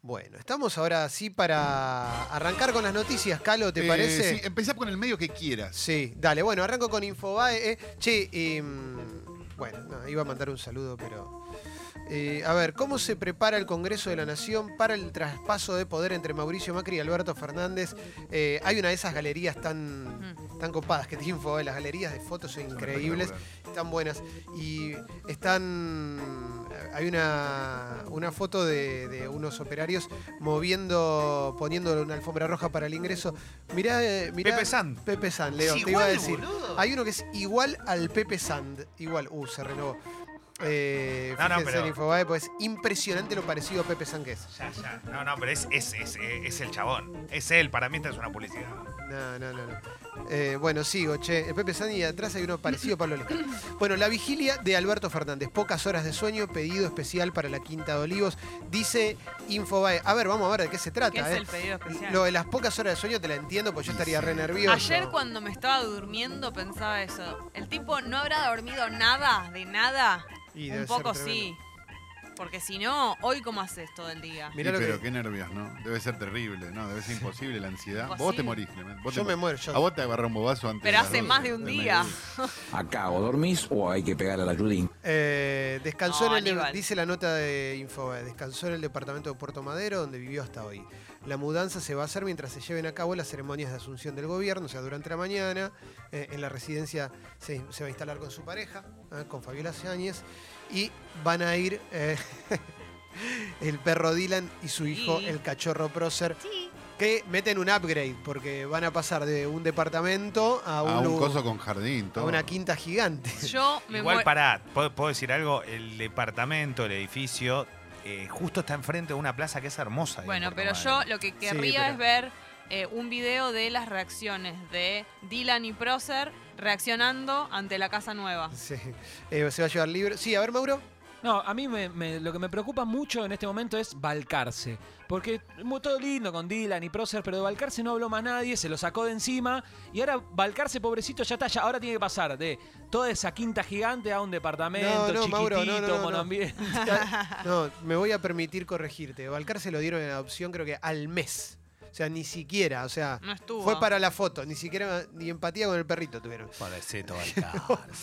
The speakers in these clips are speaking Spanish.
Bueno, estamos ahora sí para arrancar con las noticias, Calo, ¿te parece? Sí, empezá con el medio que quieras. Sí, dale, bueno, arranco con Infobae. Bueno, no, iba a mandar un saludo, pero... a ver, ¿cómo se prepara el Congreso de la Nación para el traspaso de poder entre Mauricio Macri y Alberto Fernández? Hay una de esas galerías tan copadas que tiene Infobae, las galerías de fotos son increíbles, están buenas. Y hay una foto de unos operarios poniendo una alfombra roja para el ingreso. Mirá, Pepe Sand. Pepe Sand, Leo, te iba a decir. Hay uno que es igual al Pepe Sand. Igual, se renovó. Fíjense en Infobae, pues es impresionante lo parecido a Pepe Sand que es. Ya. No, pero es el chabón. Es él, para mí esta es una publicidad. No. Bueno, sigo, che. El Pepe Sand y atrás hay uno parecido a Pablo Lescano. Bueno, la vigilia de Alberto Fernández. Pocas horas de sueño, pedido especial para la Quinta de Olivos. Dice Infobae. A ver, vamos a ver de qué se trata. ¿Qué es el pedido especial? Lo de las pocas horas de sueño te la entiendo, pues yo estaría re nervioso. Ayer cuando me estaba durmiendo pensaba eso. ¿El tipo no habrá dormido nada, de nada? Y un debe poco ser tremendo. sí. Porque si no, hoy cómo haces todo el día. Mirá lo pero que- qué nervios, ¿no? Debe ser terrible, ¿no? Debe ser imposible la ansiedad. Imposible. Vos te morís, Clement. Yo me muero. A vos te agarra un bobazo antes Pero de las hace 12 más de un del día. mediodía. Acá o dormís o hay que pegar a la Judín. Descansó No, en el, Aníbal. dice la nota de Infobae, descansó en el departamento de Puerto Madero, donde vivió hasta hoy. La mudanza se va a hacer mientras se lleven a cabo las ceremonias de asunción del gobierno, o sea, durante la mañana. En la residencia se va a instalar con su pareja, con Fabiola Yáñez, y van a ir el perro Dylan y su hijo, Sí. el cachorro Prócer, Sí. que meten un upgrade, porque van a pasar de un departamento a Un coso con jardín, a todo. una quinta gigante. Yo me Igual muero. ¿puedo decir algo? El departamento, el edificio, justo está enfrente de una plaza que es hermosa. ahí en Bueno, Puerto pero Madero. yo lo que querría pero- es ver un video de las reacciones de Dylan y Prócer reaccionando ante la casa nueva. Sí. Se va a llevar libro. Sí, a ver, Mauro. No, a mí lo que me preocupa mucho en este momento es Balcarce. Porque todo lindo con Dylan y Prócer, pero de Balcarce no habló más nadie, se lo sacó de encima. Y ahora Balcarce, pobrecito, ya está. Ahora tiene que pasar de toda esa quinta gigante a un departamento No, chiquitito, Mauro, no. monoambiente. No, me voy a permitir corregirte. Balcar se lo dieron en adopción creo que al mes. O sea, ni siquiera, o sea, No estuvo. fue para la foto, ni siquiera ni empatía con el perrito tuvieron. Pobrecito Balcarce.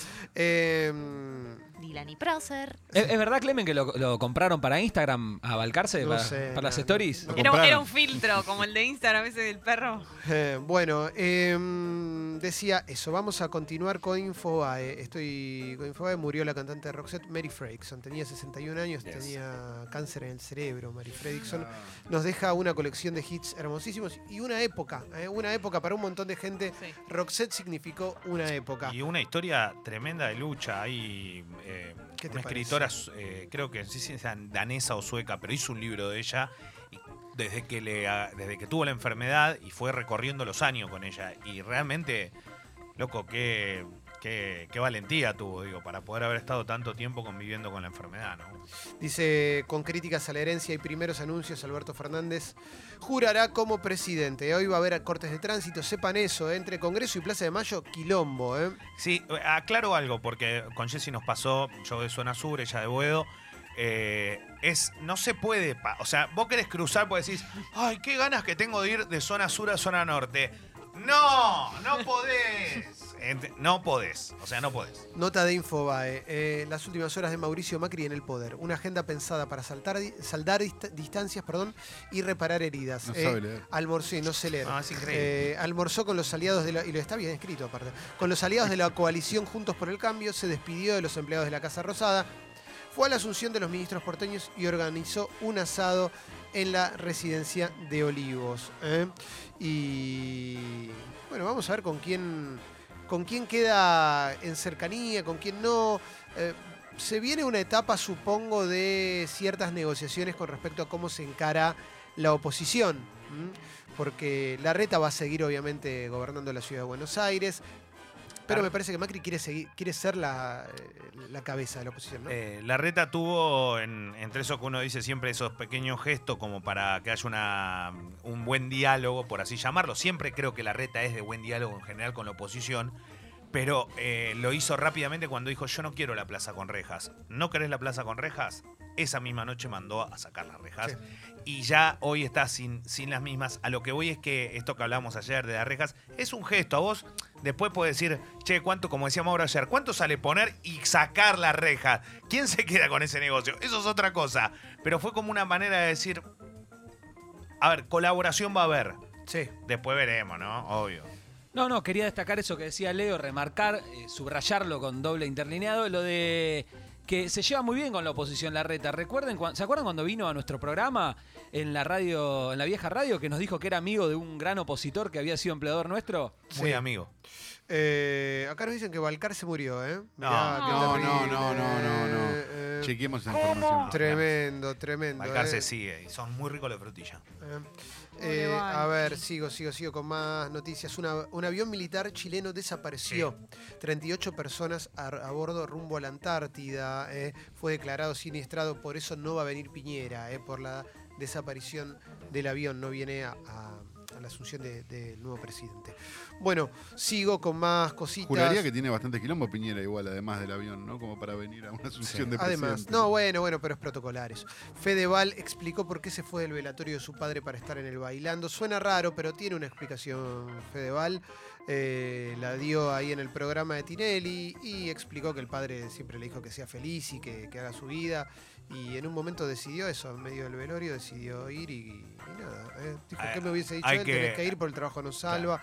Dylan y Prócer. ¿Es verdad, Clemen, que lo compraron para Instagram a Balcarce? No para, sé, para las no, stories? no. Era compraron. un filtro, como el de Instagram ese del perro. Bueno, decía eso, vamos a continuar con Infobae. Estoy con Infobae, murió la cantante Roxette Mary Fredriksson. Tenía 61 años, tenía cáncer en el cerebro. Mary Fredriksson nos deja una colección de hits hermosísimos y una época para un montón de gente. Sí. Roxette significó una época. Y una historia tremenda de lucha. Hay ¿Qué te una escritora, creo que no sé si es danesa o sueca, pero hizo un libro de ella y desde que tuvo la enfermedad y fue recorriendo los años con ella. Y realmente, loco, qué valentía tuvo, digo, para poder haber estado tanto tiempo conviviendo con la enfermedad, ¿no? Dice, con críticas a la herencia y primeros anuncios, Alberto Fernández jurará como presidente. Hoy va a haber cortes de tránsito, sepan eso, entre Congreso y Plaza de Mayo, quilombo, ¿eh? Sí, aclaro algo, porque con Jessy nos pasó, yo de Zona Sur, ella de Boedo. No se puede, o sea, vos querés cruzar porque decís, ay, qué ganas que tengo de ir de Zona Sur a Zona Norte. No podés. No podés, o sea, no podés. Nota de Infobae, las últimas horas de Mauricio Macri en el poder. Una agenda pensada para saldar distancias y reparar heridas. No sabe leer. Almorzó, no sé leer. Es increíble. Almorzó con los aliados y lo está bien escrito aparte, con los aliados de la coalición Juntos por el Cambio, se despidió de los empleados de la Casa Rosada, fue a la asunción de los ministros porteños y organizó un asado en la residencia de Olivos. Y bueno, vamos a ver con quién queda en cercanía, con quién no. Se viene una etapa, supongo, de ciertas negociaciones con respecto a cómo se encara la oposición. Porque Larreta va a seguir, obviamente, gobernando la ciudad de Buenos Aires. Pero me parece que Macri quiere ser la cabeza de la oposición, ¿no? Larreta tuvo, entre eso que uno dice siempre, esos pequeños gestos como para que haya un buen diálogo, por así llamarlo. Siempre creo que Larreta es de buen diálogo en general con la oposición, pero lo hizo rápidamente cuando dijo, yo no quiero la plaza con rejas. ¿No querés la plaza con rejas? esa misma noche mandó a sacar las rejas. Sí. Y ya hoy está sin las mismas. A lo que voy es que esto que hablábamos ayer de las rejas es un gesto. A vos después podés decir, che, ¿cuánto, como decía Mauro ayer, cuánto sale poner y sacar la reja? ¿Quién se queda con ese negocio? Eso es otra cosa. Pero fue como una manera de decir, a ver, colaboración va a haber. Sí. Después veremos, ¿no? Obvio. No, quería destacar eso que decía Leo, remarcar, subrayarlo con doble interlineado, lo de que se lleva muy bien con la oposición Larreta. ¿Se acuerdan cuando vino a nuestro programa en la radio, en la vieja radio, que nos dijo que era amigo de un gran opositor que había sido empleador nuestro? Muy Sí. amigo. Acá nos dicen que Balcar se murió, ¿eh? No. Mirá, qué No, terrible. no. Chequemos esa información. Tremendo, tremendo. Balcar se sigue y son muy ricos los de frutilla. Pobre Val. A ver, sigo con más noticias. Un avión militar chileno desapareció. 38 personas a bordo rumbo a la Antártida. Fue declarado siniestrado, por eso no va a venir Piñera, por la desaparición del avión. No viene a la asunción del nuevo presidente. Bueno, sigo con más cositas. Juraría que tiene bastante quilombo Piñera igual, además del avión, ¿no? Como para venir a una asunción de presidente. Además, no, bueno, pero es protocolar eso. Fedeval explicó por qué se fue del velatorio de su padre para estar en el bailando. Suena raro, pero tiene una explicación Fedeval. La dio ahí en el programa de Tinelli y explicó que el padre siempre le dijo que sea feliz y que haga su vida. Y en un momento decidió eso, en medio del velorio decidió ir y nada. Dijo, ¿qué me hubiese dicho él? Tenés que ir porque el trabajo nos salva.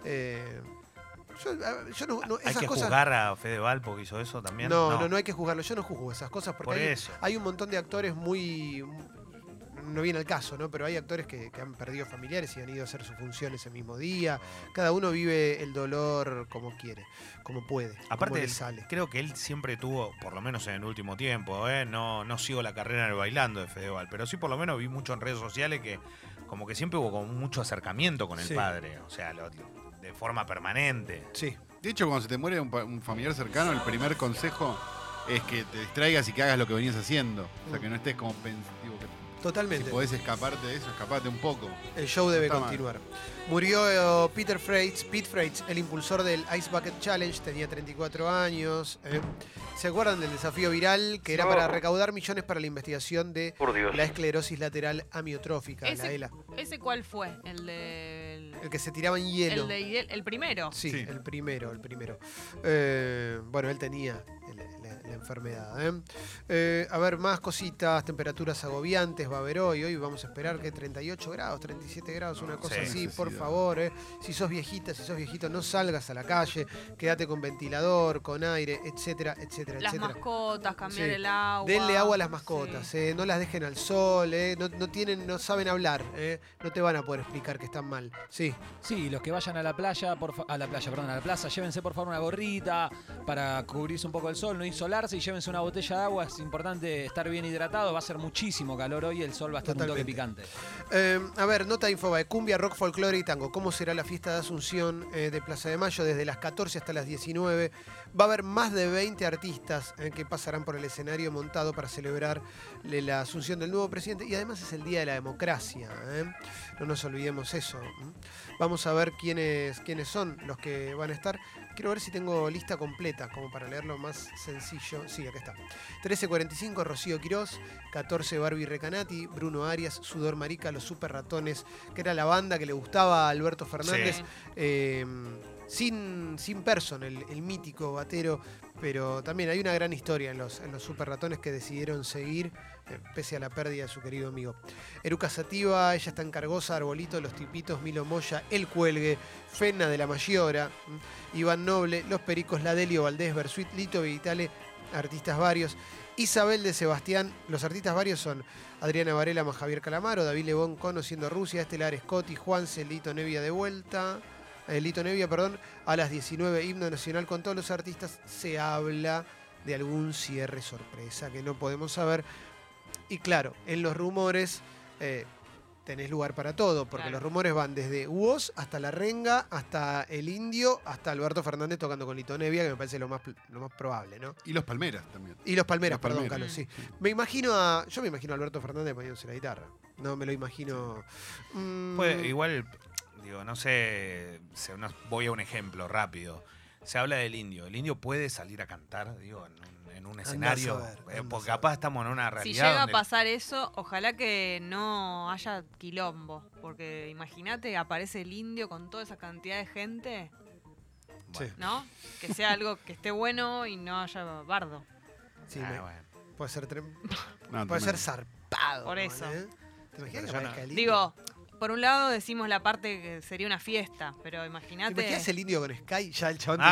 Yo no, ¿Hay esas que cosas... juzgar a Fedeval porque hizo eso también? No hay que juzgarlo. Yo no juzgo esas cosas porque Por eso. hay un montón de actores muy... No viene al caso, ¿no? Pero hay actores que han perdido familiares y han ido a hacer su función ese mismo día. Cada uno vive el dolor como quiere, como puede, como Aparte, le sale. creo que él siempre tuvo, por lo menos en el último tiempo, no sigo la carrera en el bailando de Fedeval, pero sí por lo menos vi mucho en redes sociales que como que siempre hubo como mucho acercamiento con el Sí. padre, o sea, de forma permanente. Sí, De hecho, cuando se te muere un familiar cercano, el primer consejo es que te distraigas y que hagas lo que venías haciendo. O sea, que no estés como pensativo. Si totalmente. podés escaparte de eso, escapate un poco. El show debe Está mal. continuar. Murió Pete Freites, el impulsor del Ice Bucket Challenge, tenía 34 años. ¿Se acuerdan del desafío viral que era para recaudar millones para la investigación de la esclerosis lateral amiotrófica, la ELA? ¿Ese cuál fue? El del... El que se tiraba en hielo. El primero. Sí, Sí. el primero. Bueno, él tenía la enfermedad. A ver, más cositas, temperaturas agobiantes va a haber hoy. Hoy vamos a esperar que 38 grados, 37 grados, una cosa Sí. así, por Necesidad. favor. Si sos viejita, si sos viejito, no salgas a la calle, quédate con ventilador, con aire, etcétera, etcétera, Las etcétera. mascotas, cambiar Sí. el agua. Denle agua a las mascotas, Sí. no las dejen al sol, no saben hablar, no te van a poder explicar que están mal. Sí, Sí, los que vayan a la playa, a la plaza, llévense por favor una gorrita para cubrirse un poco el sol, no insolarse y llévense una botella de agua. Es importante estar bien hidratado, va a ser muchísimo calor hoy, el sol va a estar un toque Totalmente. picante. A ver, nota de Infobae, cumbia, rock, folclore y tango. ¿Cómo será la fiesta de Asunción de Plaza de Mayo? Desde las 14 hasta las 19. Va a haber más de 20 artistas que pasarán por el escenario montado para celebrar la asunción del nuevo presidente. Y además es el Día de la Democracia. No nos olvidemos eso. Vamos a ver quiénes son los que van a estar. Quiero ver si tengo lista completa, como para leerlo más sencillo. Sí, acá está. 13:45, Rocío Quirós. 14, Barbie Recanati. Bruno Arias, Sudor Marica, Los Super Ratones, que era la banda que le gustaba a Alberto Fernández. Sí. Sin Person, el mítico batero, pero también hay una gran historia en los Super Ratones que decidieron seguir pese a la pérdida de su querido amigo. Eruca Sativa, Ella está en Cargosa, Arbolito, Los Tipitos, Milo Moya, El Cuelgue, Fenna de la Mayora, Iván Noble, Los Pericos, Ladelio Valdés, Bersuit, Lito Vitale, artistas varios. Isabel de Sebastián, los artistas varios son Adriana Varela más Javier Calamaro, David Lebón Conociendo Rusia, Estelar Scotti, Juanse, Lito Nevia de vuelta. Lito Nevia, a las 19, himno nacional con todos los artistas. Se habla de algún cierre sorpresa que no podemos saber. Y claro, en los rumores tenés lugar para todo, porque Claro. los rumores van desde Woz hasta La Renga, hasta El Indio, hasta Alberto Fernández tocando con Lito Nevia, que me parece lo más probable, ¿no? Y los Palmeras también. Y los Palmeras, Los perdón, Palmeras. Carlos, sí. Yo me imagino a Alberto Fernández poniéndose la guitarra. No me lo imagino. Igual, digo, no sé, voy a un ejemplo rápido. se habla del indio. ¿El indio puede salir a cantar, digo, en un escenario? a ver, andá Porque a capaz estamos en una Si realidad llega a donde- pasar eso, ojalá que no haya quilombo. Porque imagínate, aparece el indio con toda esa cantidad de gente, Sí. ¿no? Que sea algo que esté bueno y no haya bardo. Sí, bueno. puede ser, No, puede ser tremendo. zarpado. Por eso. ¿eh? ¿Te imaginas Pero que yo no- aparezca el indio? Digo, por un lado decimos la parte que sería una fiesta, pero ¿Te imagínate. imaginas el indio con Sky? Ya el chabón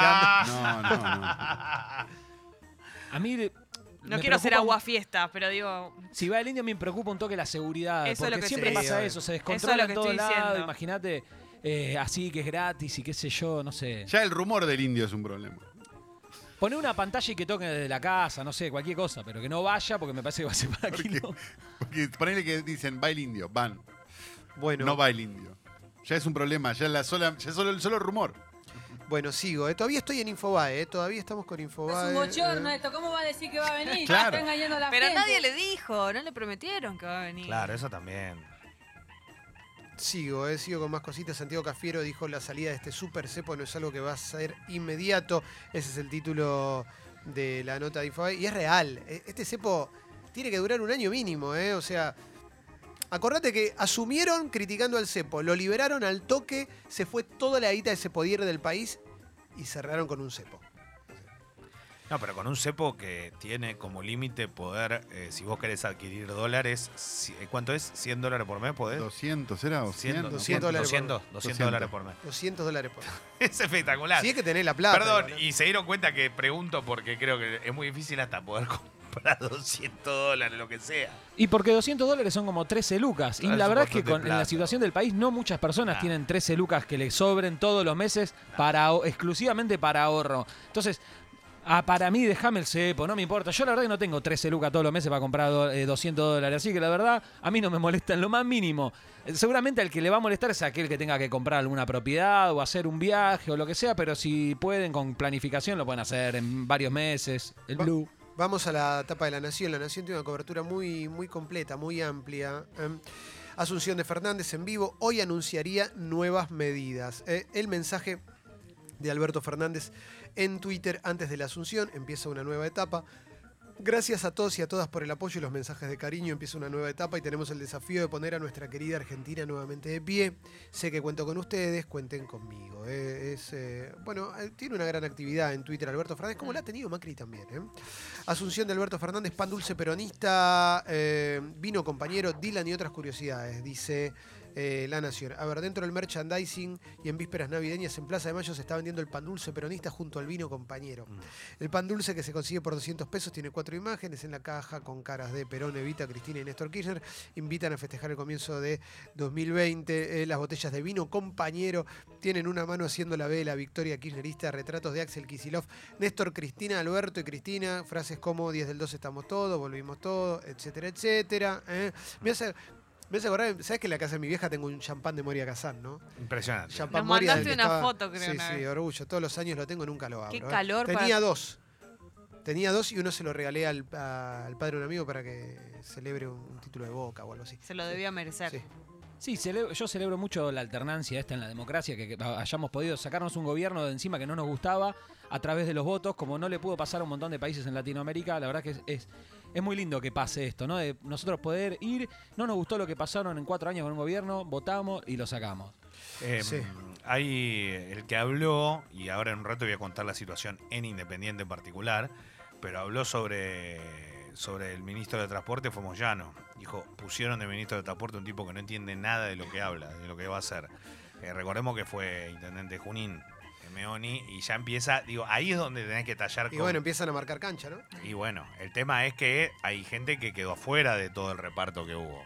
Ah. A mí No me quiero hacer preocupa- agua fiesta, pero digo, Si va el indio me preocupa un toque la seguridad. Eso es porque lo que siempre te pasa digo. eso, se Eso es descontrola lo que en todos estoy lados. diciendo. Imagínate así que es gratis y qué sé yo, no sé. Ya el rumor del indio es un problema. Poné una pantalla y que toque desde la casa, no sé, cualquier cosa, pero que no vaya porque me parece que va a ser para ¿Por que qué? no. Porque ponele que dicen, va el indio, van. Bueno, No va el indio. Ya es un problema, ya el solo rumor. bueno, sigo. Todavía estoy en Infobae, todavía estamos con Es Infobae. un bochorno esto, ¿cómo va a decir que va a venir? Claro. Está engañando a la pero gente. nadie le dijo, no le prometieron que va a venir. Claro, eso también. Sigo con más cositas. Santiago Cafiero dijo: la salida de este super cepo no es algo que va a ser inmediato. Ese es el título de la nota de Infobae. Y es real. Este cepo tiene que durar un año mínimo, O sea, acordate que asumieron criticando al cepo, lo liberaron al toque, se fue toda la guita de cepodier del país y cerraron con un cepo. No, pero con un cepo que tiene como límite poder, si vos querés adquirir dólares, ¿cuánto es? ¿$100 por mes podés? 200, ¿era? ¿O 100? 200 dólares por 200 dólares por mes. $200 por Es espectacular. Sí, hay que tener la plata. Perdón, igual, y se dieron cuenta que pregunto porque creo que es muy difícil hasta poder comprar $200, lo que sea. Y porque $200 son como 13 lucas. Y Claro, la es un verdad es que montón de en la plata. situación del país no muchas personas Nah. tienen 13 lucas que les sobren todos los meses exclusivamente para ahorro. Entonces, para mí déjame el cepo, no me importa. Yo la verdad que no tengo 13 lucas todos los meses para comprar $200. Así que la verdad a mí no me molesta en lo más mínimo. Seguramente al que le va a molestar es aquel que tenga que comprar alguna propiedad o hacer un viaje o lo que sea. Pero si pueden con planificación lo pueden hacer en varios meses. El Blue. Vamos a la tapa de La Nación. La Nación tiene una cobertura muy, muy completa, muy amplia. Asunción de Fernández en vivo. Hoy anunciaría nuevas medidas. El mensaje de Alberto Fernández en Twitter antes de la Asunción. Empieza una nueva etapa. Gracias a todos y a todas por el apoyo y los mensajes de cariño. Empieza una nueva etapa y tenemos el desafío de poner a nuestra querida Argentina nuevamente de pie. Sé que cuento con ustedes, cuenten conmigo. Tiene una gran actividad en Twitter Alberto Fernández, como la ha tenido Macri también. Asunción de Alberto Fernández, pan dulce peronista, vino compañero, Dylan y otras curiosidades, dice La Nación. A ver, dentro del merchandising y en vísperas navideñas en Plaza de Mayo se está vendiendo el pan dulce peronista junto al vino compañero. El pan dulce que se consigue por $200 tiene 4 imágenes en la caja con caras de Perón, Evita, Cristina y Néstor Kirchner. Invitan a festejar el comienzo de 2020. Las botellas de vino compañero tienen una mano haciendo la vela, victoria kirchnerista, retratos de Axel Kicillof, Néstor, Cristina, Alberto y Cristina, frases como 10 del 2 estamos todos, volvimos todos, etcétera, etcétera. Me hace acordar, ¿sabes que en la casa de mi vieja tengo un champán de Moria Kazán, no? Impresionante. Champán Nos Moria mandaste del que una estaba- foto, creo, Sí, una sí, vez. orgullo. Todos los años lo tengo, nunca lo abro. Qué calor Tenía para- dos. Tenía dos y uno se lo regalé al padre de un amigo para que celebre un título de Boca o algo así. Se lo debía merecer. Sí. Sí, yo celebro mucho la alternancia esta en la democracia, que hayamos podido sacarnos un gobierno de encima que no nos gustaba a través de los votos, como no le pudo pasar a un montón de países en Latinoamérica. La verdad que es muy lindo que pase esto, ¿no? De nosotros poder ir, no nos gustó lo que pasaron en 4 años con un gobierno, votamos y lo sacamos. Sí. Hay el que habló, y ahora en un rato voy a contar la situación en Independiente en particular, pero habló sobre el ministro de Transporte, fue Moyano. Dijo, pusieron de ministro de Transporte un tipo que no entiende nada de lo que habla, de lo que va a hacer. Recordemos que fue intendente de Junín, Meoni, y ya empieza, ahí es donde tenés que tallar Y bueno, empiezan a marcar cancha, ¿no? Y bueno, el tema es que hay gente que quedó afuera de todo el reparto que hubo.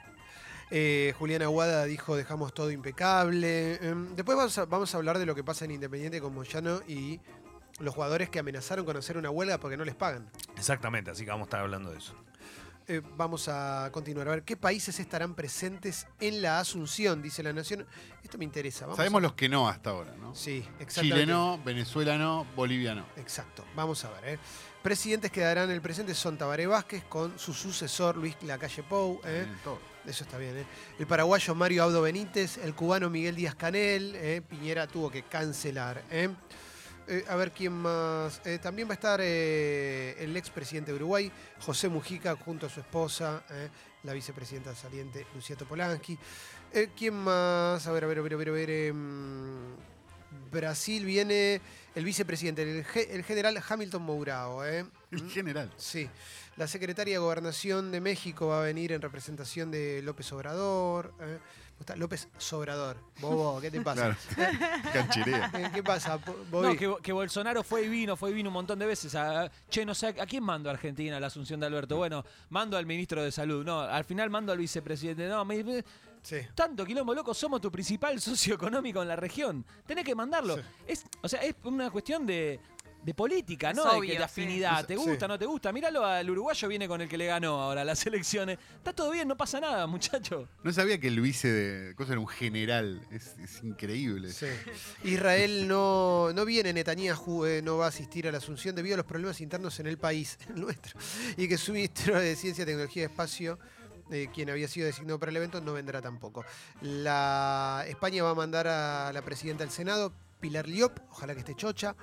Julián Aguada dijo, dejamos todo impecable. Después vamos a hablar de lo que pasa en Independiente con Moyano y los jugadores que amenazaron con hacer una huelga porque no les pagan. Exactamente, así que vamos a estar hablando de eso. Vamos a continuar. A ver, ¿qué países estarán presentes en la Asunción? Dice La Nación. Esto me interesa. Sabemos los que no hasta ahora, ¿no? Sí, exactamente. Chile no, Venezuela no, Bolivia no. Exacto. Vamos a ver. Presidentes que darán el presente son Tabaré Vázquez con su sucesor Luis Lacalle Pou. Vienen todos. Eso está bien. El paraguayo Mario Abdo Benítez, el cubano Miguel Díaz Canel. Piñera tuvo que cancelar. A ver quién más. También va a estar el expresidente de Uruguay, José Mujica, junto a su esposa, la vicepresidenta saliente, Lucía Topolansky. ¿Quién más? A ver. Brasil viene el vicepresidente, el general Hamilton Mourão. El general. Sí. La secretaria de Gobernación de México va a venir en representación de López Obrador. Está López Sobrador. Bobo, ¿qué te pasa? Claro. Canchirea. ¿Qué pasa, Bobby? No, que Bolsonaro fue y vino un montón de veces. No sé, ¿a quién mando a Argentina a la asunción de Alberto? Bueno, mando al ministro de Salud. No, al final mando al vicepresidente. No, Sí. tanto quilombo, loco, somos tu principal socio económico en la región. Tenés que mandarlo. Sí. Es una cuestión de política, Es ¿no? obvio, de afinidad. sí. ¿Te gusta, Sí. no te gusta? Míralo al uruguayo, viene con el que le ganó ahora las elecciones. Está todo bien, no pasa nada, muchacho. No sabía que el vice de cosa era un general. Es increíble. Sí. Israel no viene, Netanyahu no va a asistir a la asunción debido a los problemas internos en el país, el nuestro, y que su ministro de Ciencia, Tecnología y Espacio, quien había sido designado para el evento, no vendrá tampoco. España va a mandar a la presidenta del Senado, Pilar Llop, ojalá que esté chocha,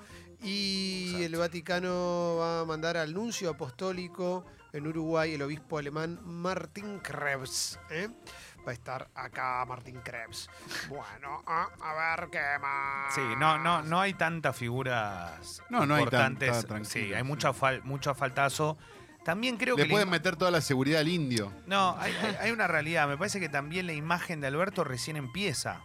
y Exacto. el Vaticano va a mandar al nuncio apostólico en Uruguay, el obispo alemán Martin Krebs. Va a estar acá Martin Krebs. Bueno, a ver qué más. Sí, no hay tantas figuras No hay importantes. tanta tranquila, Sí, hay sí. mucho faltazo. También creo Le que pueden meter toda la seguridad al indio. No, hay una realidad. Me parece que también la imagen de Alberto recién empieza.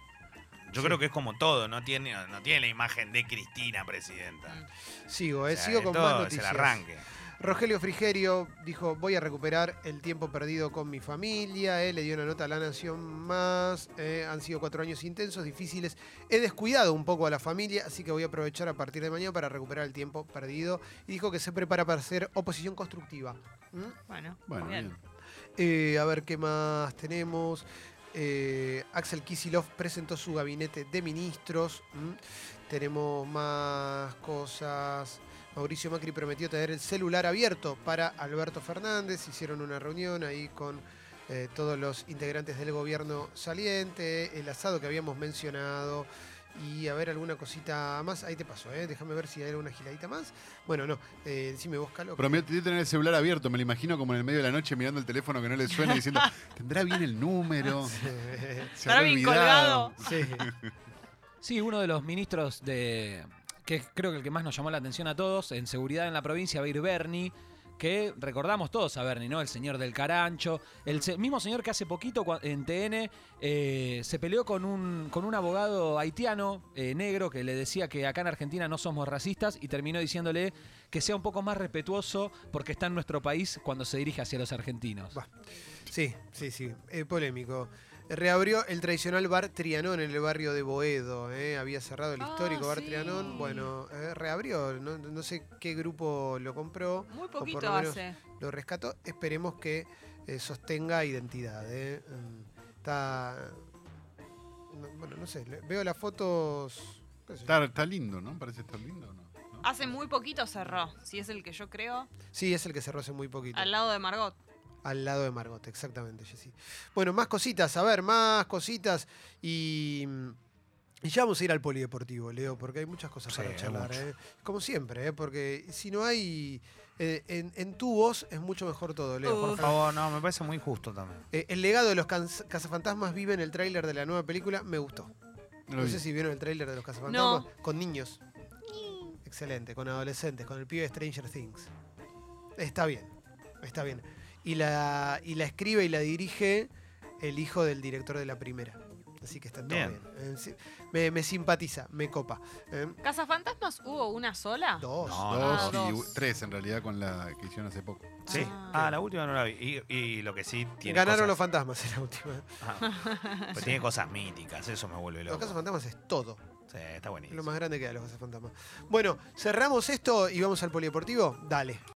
Yo creo que es como todo, no tiene la imagen de Cristina presidenta. Sigo, O sea, sigo con todo más es el noticias. arranque. Rogelio Frigerio dijo, voy a recuperar el tiempo perdido con mi familia. Le dio una nota a La Nación Más. Han sido 4 años intensos, difíciles. He descuidado un poco a la familia, así que voy a aprovechar a partir de mañana para recuperar el tiempo perdido. Y dijo que se prepara para hacer oposición constructiva. Bueno, Bueno, bien. bien. A ver qué más tenemos. Axel Kicillof presentó su gabinete de ministros. Tenemos más cosas. Mauricio Macri prometió tener el celular abierto para Alberto Fernández. Hicieron una reunión ahí con todos los integrantes del gobierno saliente, el asado que habíamos mencionado. Y a ver alguna cosita más. Ahí te paso, déjame ver si hay alguna giladita más. Bueno, no, decime vos, Calo. Prometió tener el celular abierto. Me lo imagino como en el medio de la noche mirando el teléfono que no le suena y diciendo, ¿tendrá bien el número? Se Estará habrá bien olvidado. Sí. Sí, uno de los ministros que creo que el que más nos llamó la atención a todos, en seguridad en la provincia va a ir Berni, que recordamos todos a Berni, ¿no? El señor del Carancho, mismo señor que hace poquito en TN se peleó con un abogado haitiano negro que le decía que acá en Argentina no somos racistas y terminó diciéndole que sea un poco más respetuoso porque está en nuestro país cuando se dirige hacia los argentinos. Va. Sí, polémico. Reabrió el tradicional bar Trianón en el barrio de Boedo. Había cerrado el histórico bar sí. Trianón. Bueno, reabrió. No sé qué grupo lo compró. Muy o por poquito lo menos hace. lo rescató. Esperemos que sostenga identidad. Está. Bueno, no sé. Veo las fotos. qué sé yo. Está lindo, ¿no? Parece estar lindo, ¿no? ¿No? Hace muy poquito cerró, si es el que yo creo, Sí, es el que cerró hace muy poquito. al lado de Margot. Al lado de Margot, exactamente, Jessy. Bueno, más cositas, a ver, más cositas. Y ya vamos a ir al polideportivo, Leo, porque hay muchas cosas Sí, para hay charlar. mucho. Como siempre, porque si no hay. En tu voz es mucho mejor todo, Leo, por Por favor. favor, no, me parece muy justo también. El legado de los cazafantasmas vive en el tráiler de la nueva película, me gustó. No lo No vi. sé si vieron el tráiler de los cazafantasmas. Con niños. Excelente, con adolescentes, con el pibe de Stranger Things. Está bien, está bien. Y la escribe y la dirige el hijo del director de la primera. Así que está todo bien. Bien. Sí, me simpatiza, me copa. ¿Cazafantasmas hubo una sola? Dos. No, Dos Ah, y dos. 3 en realidad con la que hicieron hace poco. Sí. Ah. La última no la vi. Y lo que sí tiene Ganaron los cosas, fantasmas en la última. pues tiene cosas míticas, eso me vuelve Los loco. cazafantasmas es todo. Sí, está Es buenísimo. lo más grande que hay los cazafantasmas. Bueno, cerramos esto y vamos al polideportivo. Dale.